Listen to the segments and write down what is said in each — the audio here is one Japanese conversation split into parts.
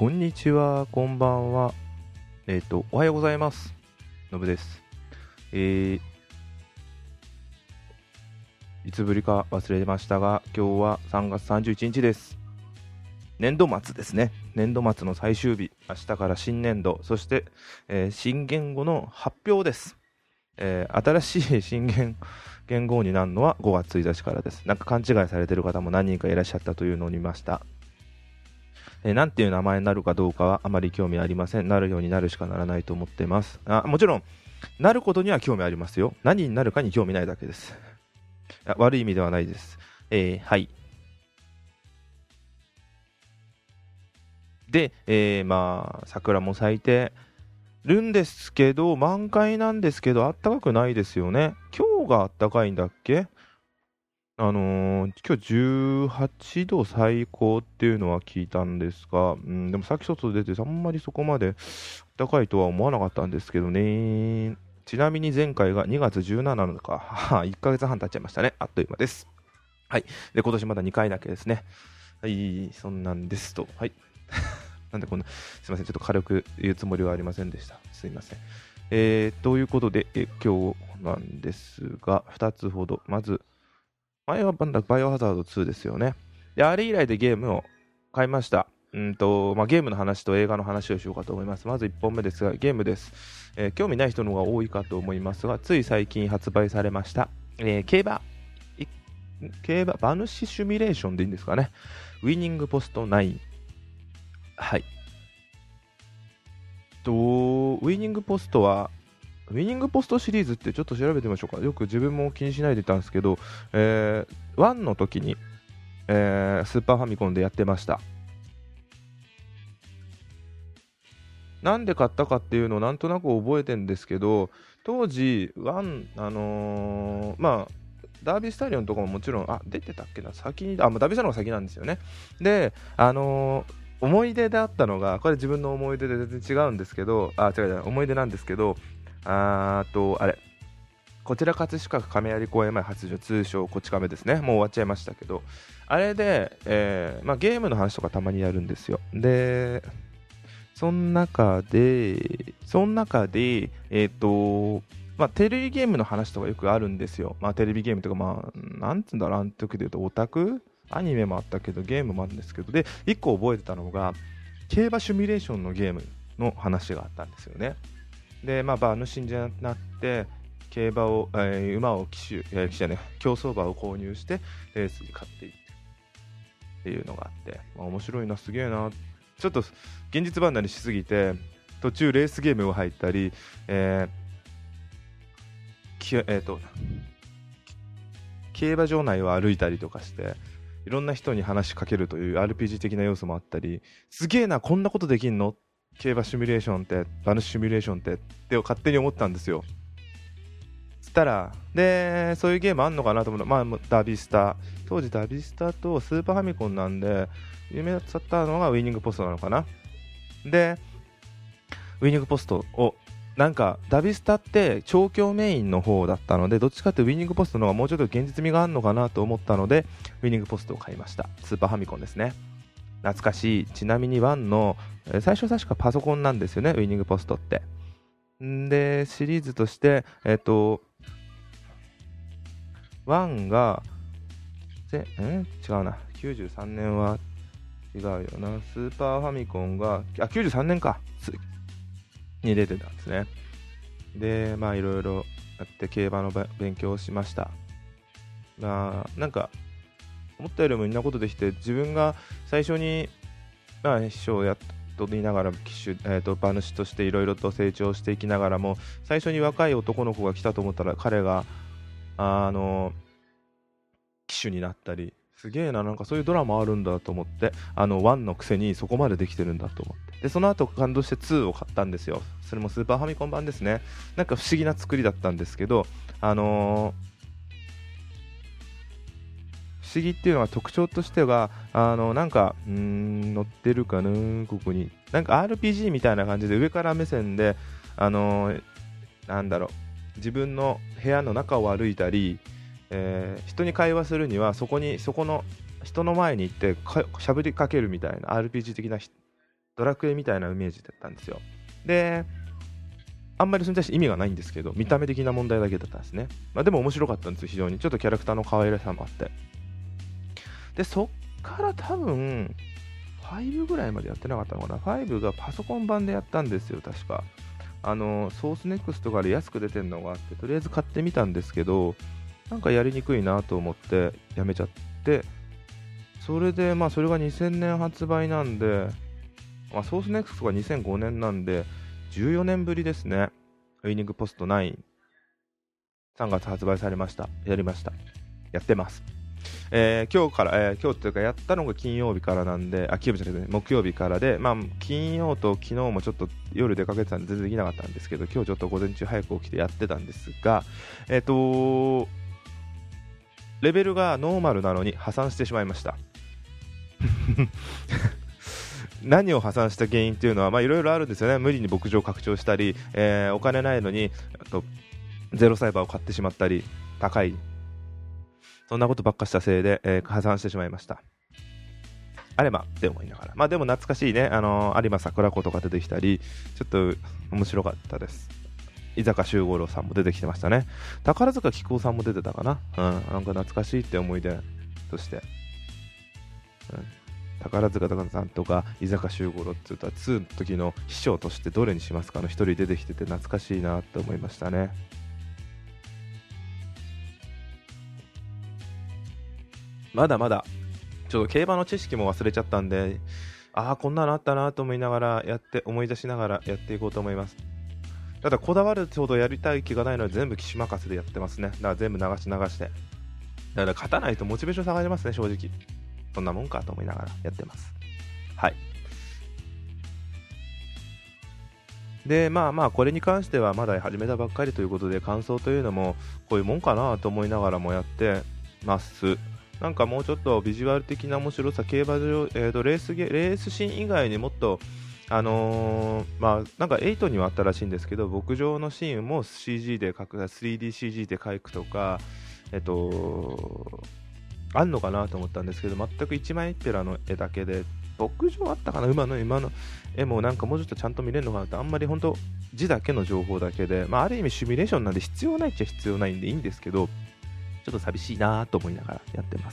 こんにちは、こんばんは。おはようございます。のぶです。いつぶりか忘れましたが、今日は3月31日です。年度末ですね。年度末の最終日、明日から新年度、そして、新元号の発表です。新しい新元号になるのは5月1日からです。なんか勘違いされている方も何人かいらっしゃったというのを見ました。なんていう名前になるかどうかはあまり興味ありません。なるようになるしかならないと思ってます。もちろんなることには興味ありますよ。何になるかに興味ないだけです。悪い意味ではないです。はい。で、桜も咲いてるんですけど、満開なんですけど、あったかくないですよね。今日があったかいんだっけ？今日18度最高っていうのは聞いたんですが、でもさっき外出てあんまりそこまで高いとは思わなかったんですけどね。ちなみに前回が2月17日か、1ヶ月半経っちゃいましたね。あっという間です。はい。で、今年まだ2回だけですね。はい、そんなんですと。はい。なんでこんな、すいません。ちょっと軽く言うつもりはありませんでした。すいません。ということで、今日なんですが、2つほど。まず、前はバイオハザード2ですよね。で、あれ以来でゲームを買いました。ゲームの話と映画の話をしようかと思います。まず1本目ですが、ゲームです。興味ない人の方が多いかと思いますが、つい最近発売されました。馬主シミュレーションでいいんですかね。ウィニングポスト9。はい。ウィニングポストは、ウィニングポストシリーズってちょっと調べてみましょうか。よく自分も気にしないでたんですけど、1の時に、スーパーファミコンでやってました。なんで買ったかっていうのをなんとなく覚えてるんですけど、当時、ダービースタリオンとかももちろん、出てたっけな、先に、ダービースタリオンが先なんですよね。で、思い出であったのが、これ自分の思い出で全然違うんですけど、思い出なんですけど、あれ、こちら葛飾区亀有公園前発所、通称こち亀ですね。もう終わっちゃいましたけど、あれで、ゲームの話とかたまにやるんですよ。で、その中で、テレビゲームの話とかよくあるんですよ。テレビゲームとか、なんつうんだろう、あの時で言うとオタクアニメもあったけど、ゲームもあるんですけど、で、一個覚えてたのが、競馬シミュレーションのゲームの話があったんですよね。で、馬主になって、競馬を、馬を競走馬を購入して、レースに勝っていくっていうのがあって、面白いな、すげえな。ちょっと現実離れしすぎて、途中レースゲームが入ったり、競馬場内を歩いたりとかして、いろんな人に話しかけるという RPG 的な要素もあったり、すげえな、こんなことできんの？競馬シミュレーションって、馬主シミュレーションって勝手に思ったんですよ。つったら、で、そういうゲームあんのかなと思うの。ダビスタ。当時ダビスタとスーパーファミコンなんで、有名だったのがウィニングポストなのかな。で、ウィニングポストを、なんか、ダビスタって調教メインの方だったので、どっちかってウィニングポストの方がもうちょっと現実味があるのかなと思ったので、ウィニングポストを買いました。スーパーファミコンですね。懐かしい。ちなみに1の、最初確かパソコンなんですよね、ウィニングポストって。で、シリーズとして、1が、違うな。93年は違うよな。スーパーファミコンが、93年か。に出てたんですね。で、いろいろやって競馬の勉強をしました。なんか、思ったよりもいろんなことできて、自分が最初に、秘書をやっと言いながら、馬主としていろいろと成長していきながらも、最初に若い男の子が来たと思ったら、彼が、騎手になったり、すげえな、なんかそういうドラマあるんだと思って、1のくせにそこまでできてるんだと思って。で、その後感動して2を買ったんですよ。それもスーパーファミコン版ですね。なんか不思議な作りだったんですけど、不思議っていうのは特徴としては、載ってるかな、ここに。なんか RPG みたいな感じで上から目線で、自分の部屋の中を歩いたり、人に会話するにはそこの人の前に行ってしゃべりかけるみたいな RPG 的なドラクエみたいなイメージだったんですよ。であんまりそれに対して意味がないんですけど、見た目的な問題だけだったんですね。でも面白かったんですよ、非常に。ちょっとキャラクターの可愛らしさもあって。でそっから多分5ぐらいまでやってなかったのかな。5がパソコン版でやったんですよ、確か。ソースネクストから安く出てるのがあって、とりあえず買ってみたんですけど、なんかやりにくいなと思ってやめちゃって、それでそれが2000年発売なんで、ソースネクストが2005年なんで14年ぶりですね。ウイニングポスト9、3月発売されました。やりました。やってます。今日から、今日というかやったのが金曜日からなんで、金曜日じゃなくて木曜日からで、金曜と昨日もちょっと夜出かけてたんで全然できなかったんですけど、今日ちょっと午前中早く起きてやってたんですが、レベルがノーマルなのに破産してしまいました。何を破産した原因っていうのはいろいろあるんですよね。無理に牧場拡張したり、お金ないのにゼロサイバーを買ってしまったり、高い、そんなことばっかしたせいで、破産してしまいました。あればって思いながら、でも懐かしいね、有馬桜子とか出てきたり、ちょっと面白かったです。伊坂修五郎さんも出てきてましたね。宝塚喜久夫さんも出てたかな。なんか懐かしいって思い出として、宝塚さんとか伊坂修五郎って言ったら2の時の秘書としてどれにしますかの一人出てきてて懐かしいなって思いましたね。まだまだちょっと競馬の知識も忘れちゃったんで、こんなのあったなと思いながら思い出しながらやっていこうと思います。ただこだわるほどやりたい気がないので全部騎手任せでやってますね。だから全部流してだから勝たないとモチベーション下がりますね、正直。そんなもんかと思いながらやってます。はい。でこれに関してはまだ始めたばっかりということで、感想というのもこういうもんかなと思いながらもやってます。なんかもうちょっとビジュアル的な面白さ、競馬場、レースシーン以外にもっとなんか8にはあったらしいんですけど、牧場のシーンも CG で描く、3DCG で描くとか、あんのかなと思ったんですけど、全く一枚一ペラの絵だけで、牧場あったかな、馬の絵もなんかもうちょっとちゃんと見れるのかなって、あんまり本当字だけの情報だけで、ある意味シミュレーションなんで必要ないっちゃ必要ないんでいいんですけど、ちょっと寂しいなと思いながらやってます。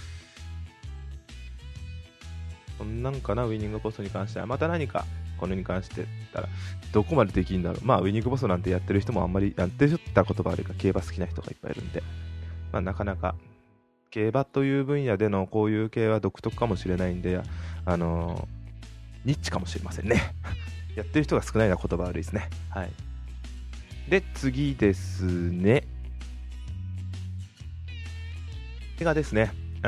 そんなんかな、ウイニングポストに関しては。また何かこれに関してたらどこまでできるんだろう。ウイニングポストなんてやってる人もあんまりやってたことがあるか、競馬好きな人がいっぱいいるんで、なかなか競馬という分野でのこういう系は独特かもしれないんで、ニッチかもしれませんね。やってる人が少ないのは言葉悪いですね。はい。で、次ですね。映画ですね。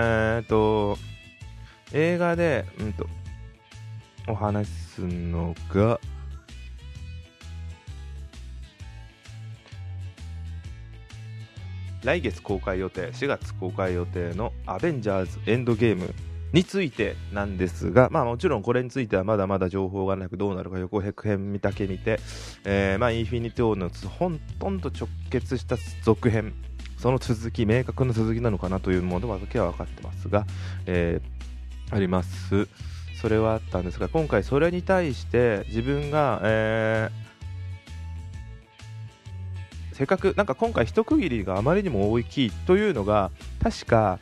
映画で、お話しするのが、来月公開予定、4月公開予定のアベンジャーズエンドゲームについてなんですが、もちろんこれについてはまだまだ情報がなく、どうなるか予告編だけ見て、インフィニティ・ウォーのほとんど直結した続編、その続き、明確な続きなのかなというものだけは分かってますが、あります。それはあったんですが、今回それに対して自分が、せっかくなんか今回一区切りがあまりにも大きいというのが、確か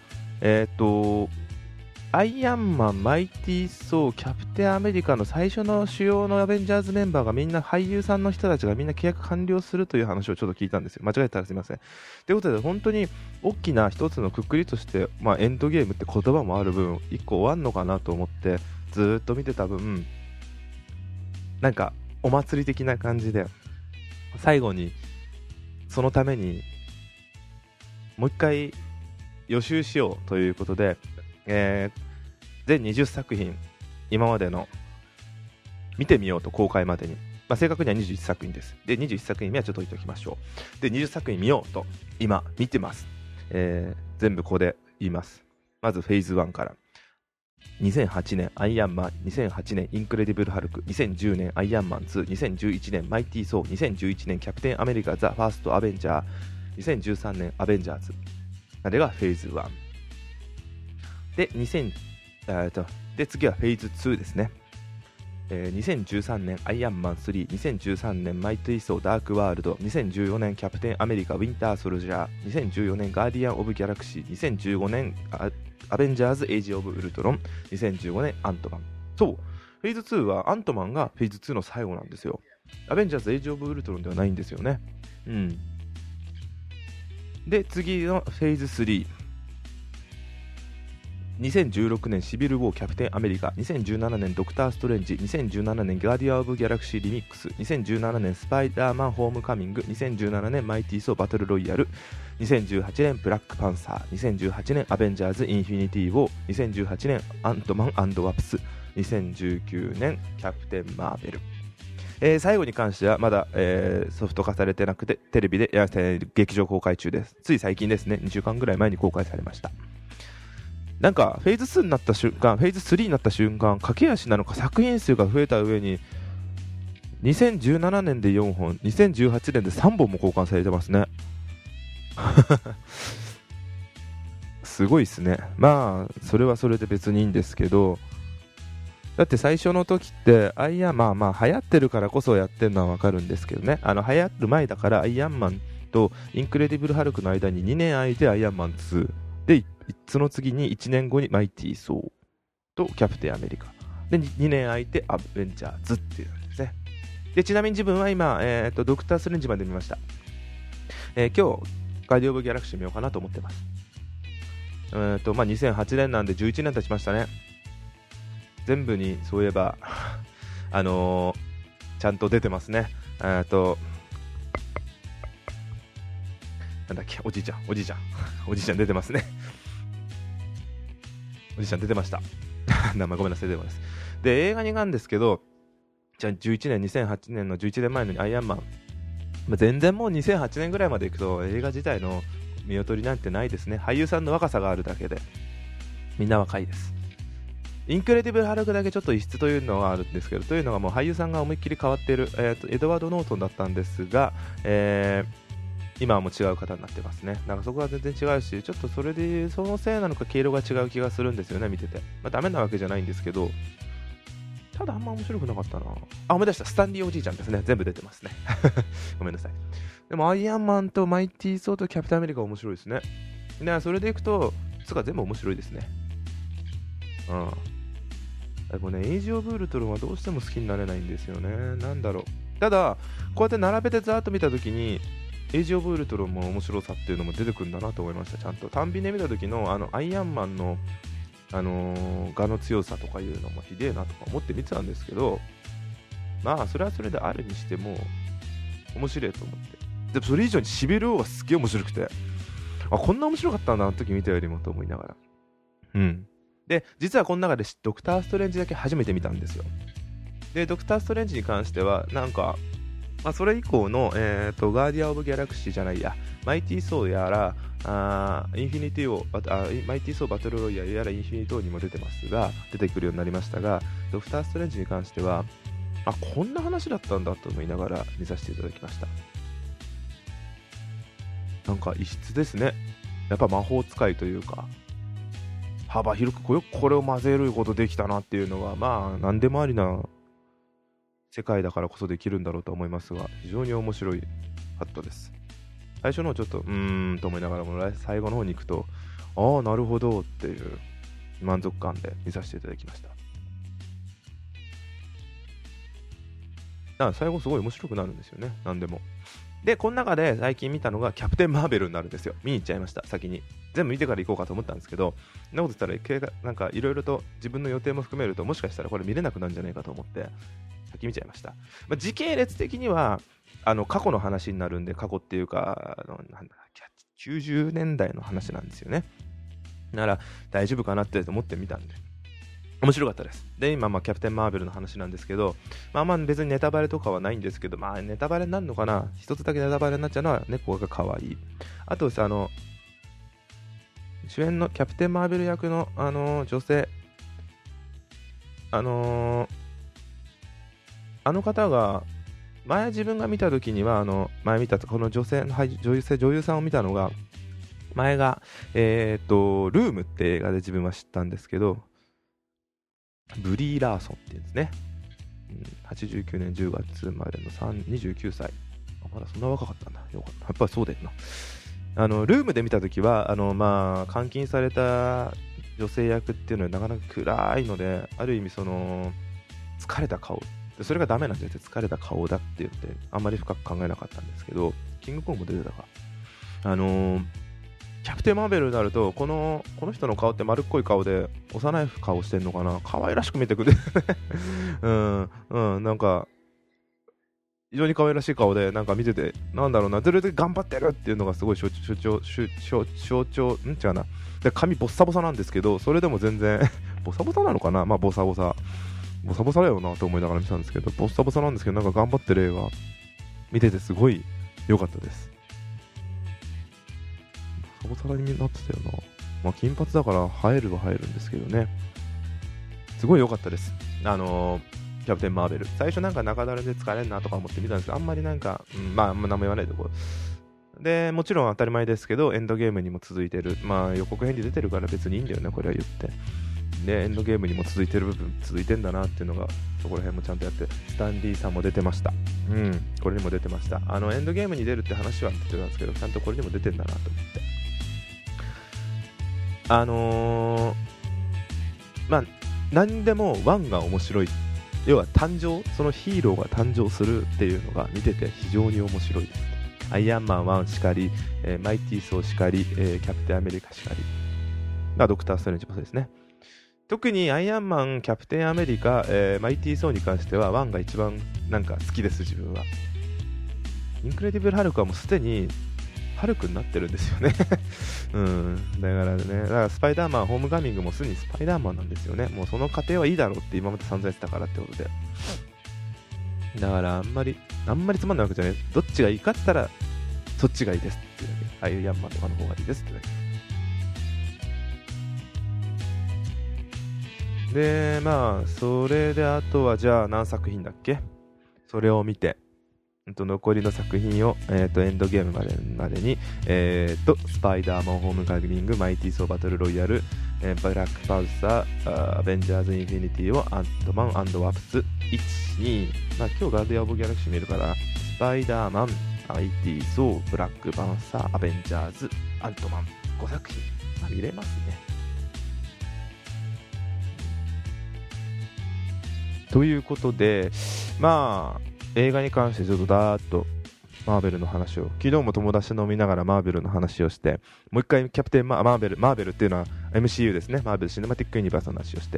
アイアンマン、マイティー・ソー、キャプテンアメリカの最初の主要のアベンジャーズメンバーがみんな、俳優さんの人たちがみんな契約完了するという話をちょっと聞いたんですよ。間違えたらすみません。ということで、本当に大きな一つのくくりとして、エンドゲームって言葉もある分、一個終わんのかなと思ってずっと見てた分、なんかお祭り的な感じで、最後にそのためにもう一回予習しようということで、全20作品今までの見てみようと、公開までに、正確には21作品です。で、21作品目はちょっと置いておきましょう。で、20作品見ようと今見てます。全部ここで言います。まずフェーズ1から2008年アイアンマン、2008年インクレディブルハルク、2010年アイアンマン2、2011年マイティー・ソー、2011年キャプテンアメリカザ・ファースト・アベンジャー、2013年アベンジャーズ、あれがフェーズ1で、で次はフェーズ2ですね。 2013年アイアンマン3、2013年マイティーソーダークワールド、2014年キャプテンアメリカウィンターソルジャー、2014年ガーディアンオブギャラクシー、2015年アベンジャーズエイジオブウルトロン、2015年アントマン。そう、フェーズ2はアントマンがフェーズ2の最後なんですよ。アベンジャーズエイジオブウルトロンではないんですよね。で、次のフェーズ3。2016年シビルウォーキャプテンアメリカ、2017年ドクターストレンジ、2017年ガーディアンオブギャラクシーリミックス、2017年スパイダーマンホームカミング、2017年マイティーソーバトルロイヤル、2018年ブラックパンサー、2018年アベンジャーズインフィニティウォー、2018年アントマン&ワプス、2019年キャプテンマーベル。最後に関してはまだ、ソフト化されてなくてテレビで劇場公開中です。つい最近ですね、2週間ぐらい前に公開されました。なんかフェーズ2になった瞬間、フェーズ3になった瞬間、駆け足なのか作品数が増えた上に2017年で4本、2018年で3本も交換されてますね。すごいですね。まあそれはそれで別にいいんですけど、だって最初の時ってアイアンマン、まあ流行ってるからこそやってるのはわかるんですけどね、流行る前だからアイアンマンとインクレディブルハルクの間に2年空いてアイアンマン2で、その次に1年後にマイティーソーとキャプテンアメリカで 2年空いてアベンジャーズっていうんですね。でちなみに自分は今、ドクターストレンジまで見ました。今日ガーディオブギャラクシー見ようかなと思ってます。まあ、2008年なんで11年経ちましたね。全部にそういえばちゃんと出てますね。なんだっけ、おじいちゃん出てますね。おじいちゃん出てました。名前ごめんなさい、出てます。で、映画になんですけど、じゃあ2008年の11年前のアイアンマン、全然もう2008年ぐらいまでいくと映画自体の見劣りなんてないですね。俳優さんの若さがあるだけでみんな若いです。インクレディブルハルクだけちょっと異質というのがあるんですけど、というのがもう俳優さんが思いっきり変わっている、エドワード・ノートンだったんですが、今はもう違う方になってますね。なんかそこは全然違うし、ちょっとそれでそのせいなのか毛色が違う気がするんですよね、見てて。ダメなわけじゃないんですけど、ただあんま面白くなかったな。思い出した。スタンリーおじいちゃんですね。全部出てますね。ごめんなさい。でもアイアンマンとマイティーソーとキャプテンアメリカ面白いですね。でそれでいくとつか全部面白いですね。でもね、エイジオブウルトロンはどうしても好きになれないんですよね。なんだろう。ただこうやって並べてざーっと見たときにエイジオブウルトロンも面白さっていうのも出てくるんだなと思いました。ちゃんと単品で見た時のアイアンマンの画の強さとかいうのもひでえなとか思って見てたんですけど、まあそれはそれであるにしても面白いと思って、でもそれ以上にシビル王がすっげえ面白くて、こんな面白かったんだあの時見たよりもと思いながら、で実はこの中でドクターストレンジだけ初めて見たんですよ。でドクターストレンジに関してはなんかそれ以降の、ガーディアン・オブ・ギャラクシーじゃないや、マイティー・ソーやらインフィニティをマイティー・ソーバトル・ロイヤルやらインフィニティにも出てますが、出てくるようになりましたが、ドクター・ストレンジに関してはこんな話だったんだと思いながら見させていただきました。なんか異質ですね。やっぱ魔法使いというか幅広くよくこれを混ぜることできたなっていうのは、まあ何でもありな世界だからこそできるんだろうと思いますが、非常に面白いかったです。最初のちょっとと思いながらも最後の方に行くとなるほどっていう満足感で見させていただきました。だから最後すごい面白くなるんですよね、何でも。でこの中で最近見たのがキャプテンマーベルになるんですよ。見に行っちゃいました。先に全部見てから行こうかと思ったんですけど、そんなこと言ったらなんかいろいろと自分の予定も含めるともしかしたらこれ見れなくなるんじゃないかと思って先見ちゃいました。時系列的には過去の話になるんで、過去っていうか90年代の話なんですよね。なら大丈夫かなって思ってみたんで面白かったです。で今キャプテンマーベルの話なんですけど、別にネタバレとかはないんですけど、ネタバレになるのかな。一つだけネタバレになっちゃうのは猫が可愛い。あと主演のキャプテンマーベル役の女性あの方が前自分が見た時には前見たこの女優さんを見たのが前がルームって映画で自分は知ったんですけど、ブリー・ラーソンっていうんですね。 89年10月までの29歳。まだそんな若かったんだ。よかった。やっぱりそうだよな。ルームで見たときは、監禁された女性役っていうのはなかなか暗いので、ある意味疲れた顔で、それがダメなんじゃなくて疲れた顔だって言ってあんまり深く考えなかったんですけど、キングコングも出てたか。キャプテンマーベルになるとこの人の顔って丸っこい顔で幼い顔してんのかな、可愛らしく見えてくるなんか非常に可愛らしい顔で、なんか見てて、なんだろうな、ずるで頑張ってるっていうのがすごい象徴違うな。で、髪ボッサボサなんですけど、それでも全然ボサボサなのかな、ボサボサだよなと思いながら見てたんですけど、ボッサボサなんですけど、なんか頑張ってる映画見ててすごい良かったです。ボサボサになってたよな。金髪だから映えるは映えるんですけどね、すごい良かったです。キャプテンマーベル、最初なんか中だるで疲れんなとか思って見たんですけど、あんまりなんか、あんま何も言わないところで、もちろん当たり前ですけどエンドゲームにも続いてる、予告編で出てるから別にいいんだよね、これは言ってで、エンドゲームにも続いてる部分続いてんだなっていうのが、そこら辺もちゃんとやって、スタンリーさんも出てました。これにも出てました。エンドゲームに出るって話は出てたんですけど、ちゃんとこれにも出てんだなと思って、何でも1が面白い、要はそのヒーローが誕生するっていうのが見てて非常に面白いです。アイアンマン1しかり、マイティー・ソーしかり、キャプテンアメリカしかり、ドクター・ストレンジもそうですね。特にアイアンマン、キャプテンアメリカ、マイティー・ソーに関しては1が一番なんか好きです、自分は。インクレディブル・ハルクはもうすでにハルクになってるんですよねだからスパイダーマンホームカミングもすでにスパイダーマンなんですよね。もうその過程はいいだろうって今まで散々言ってたからってことで、だからあんまりつまんないわけじゃない。どっちがいいかって言ったらそっちがいいですっていうだけ、アイアンマンとかの方がいいですってだけで、それであとはじゃあ何作品だっけ、それを見て残りの作品を、エンドゲームまでに、スパイダーマンホームカミング、マイティーソーバトルロイヤル、ブラックパウサー、アベンジャーズインフィニティをアントマン&ワープス1、2、今日ガーディアン・オブ・ギャラクシー見るから、スパイダーマン、マイティーソー、ブラックパウサー、アベンジャーズ、アントマン、5作品、見れますね。ということで、映画に関してちょっとダーッとマーベルの話を、昨日も友達と飲みながらマーベルの話をして、もう一回キャプテンマーベルっていうのは MCU ですね、マーベルシネマティックユニバースの話をして、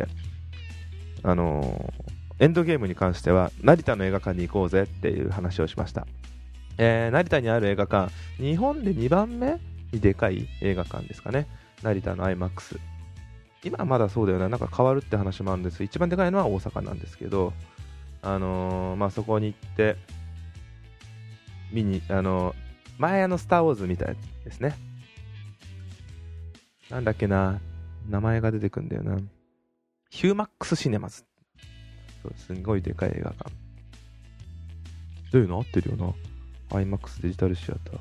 エンドゲームに関しては成田の映画館に行こうぜっていう話をしました。成田にある映画館、日本で2番目にでかい映画館ですかね、成田の IMAX。 今はまだそうだよな、なんか変わるって話もあるんです。一番でかいのは大阪なんですけど、そこに行って見に、前スター・ウォーズみたいですね。なんだっけな、名前が出てくんだよな。ヒューマックスシネマズ。そう、すんごいでかい映画館。どういうの合ってるよな。IMAX デジタルシアタ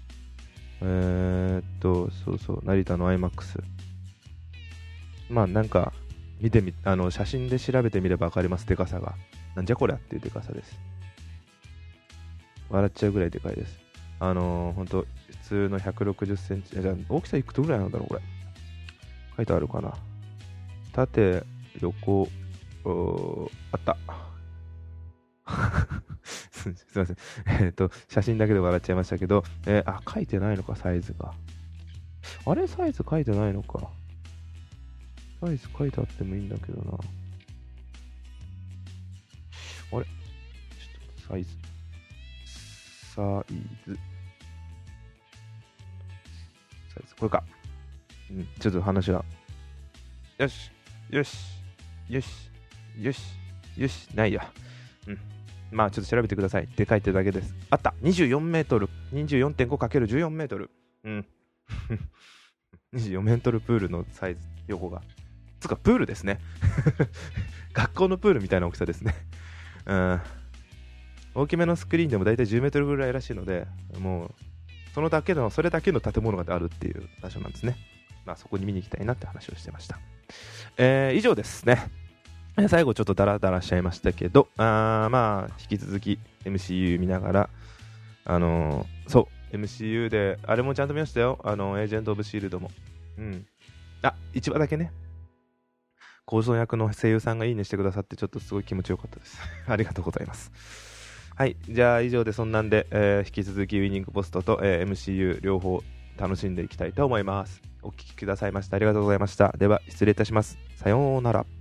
ー。そう、成田の IMAX。なんか、写真で調べてみれば分かります、でかさが。なんじゃこりゃっていうでかさです。笑っちゃうぐらいでかいです。ほんと、普通の160センチ、じゃあ大きさいくとぐらいなんだろう、これ。書いてあるかな。縦、横、あった。すいません。写真だけで笑っちゃいましたけど、書いてないのか、サイズが。あれ、サイズ書いてないのか。サイズ書いてあってもいいんだけどな。あれ、ちょっとサイズ。これか。ちょっと話は。よし、ないや。ちょっと調べてください。でかいってだけです。あった。24メートル。24.5×14 メートル。24メートルプールのサイズ、横が。つか、プールですね。学校のプールみたいな大きさですね。大きめのスクリーンでもだいたい10メートルぐらいらしいので、もうそれだけの建物があるっていう場所なんですね。そこに見に行きたいなって話をしてました。以上ですね。 最後ちょっとダラダラしちゃいましたけど、まあ引き続き MCU 見ながら、そう MCU であれもちゃんと見ましたよ。エージェント・オブ・シールドも。1話だけね、コウゾン役の声優さんがいいねしてくださって、ちょっとすごい気持ちよかったです。ありがとうございます。はい、じゃあ以上でそんなんで、引き続きウィニングポストと、MCU 両方楽しんでいきたいと思います。お聞きくださいましてありがとうございました。では失礼いたします。さようなら。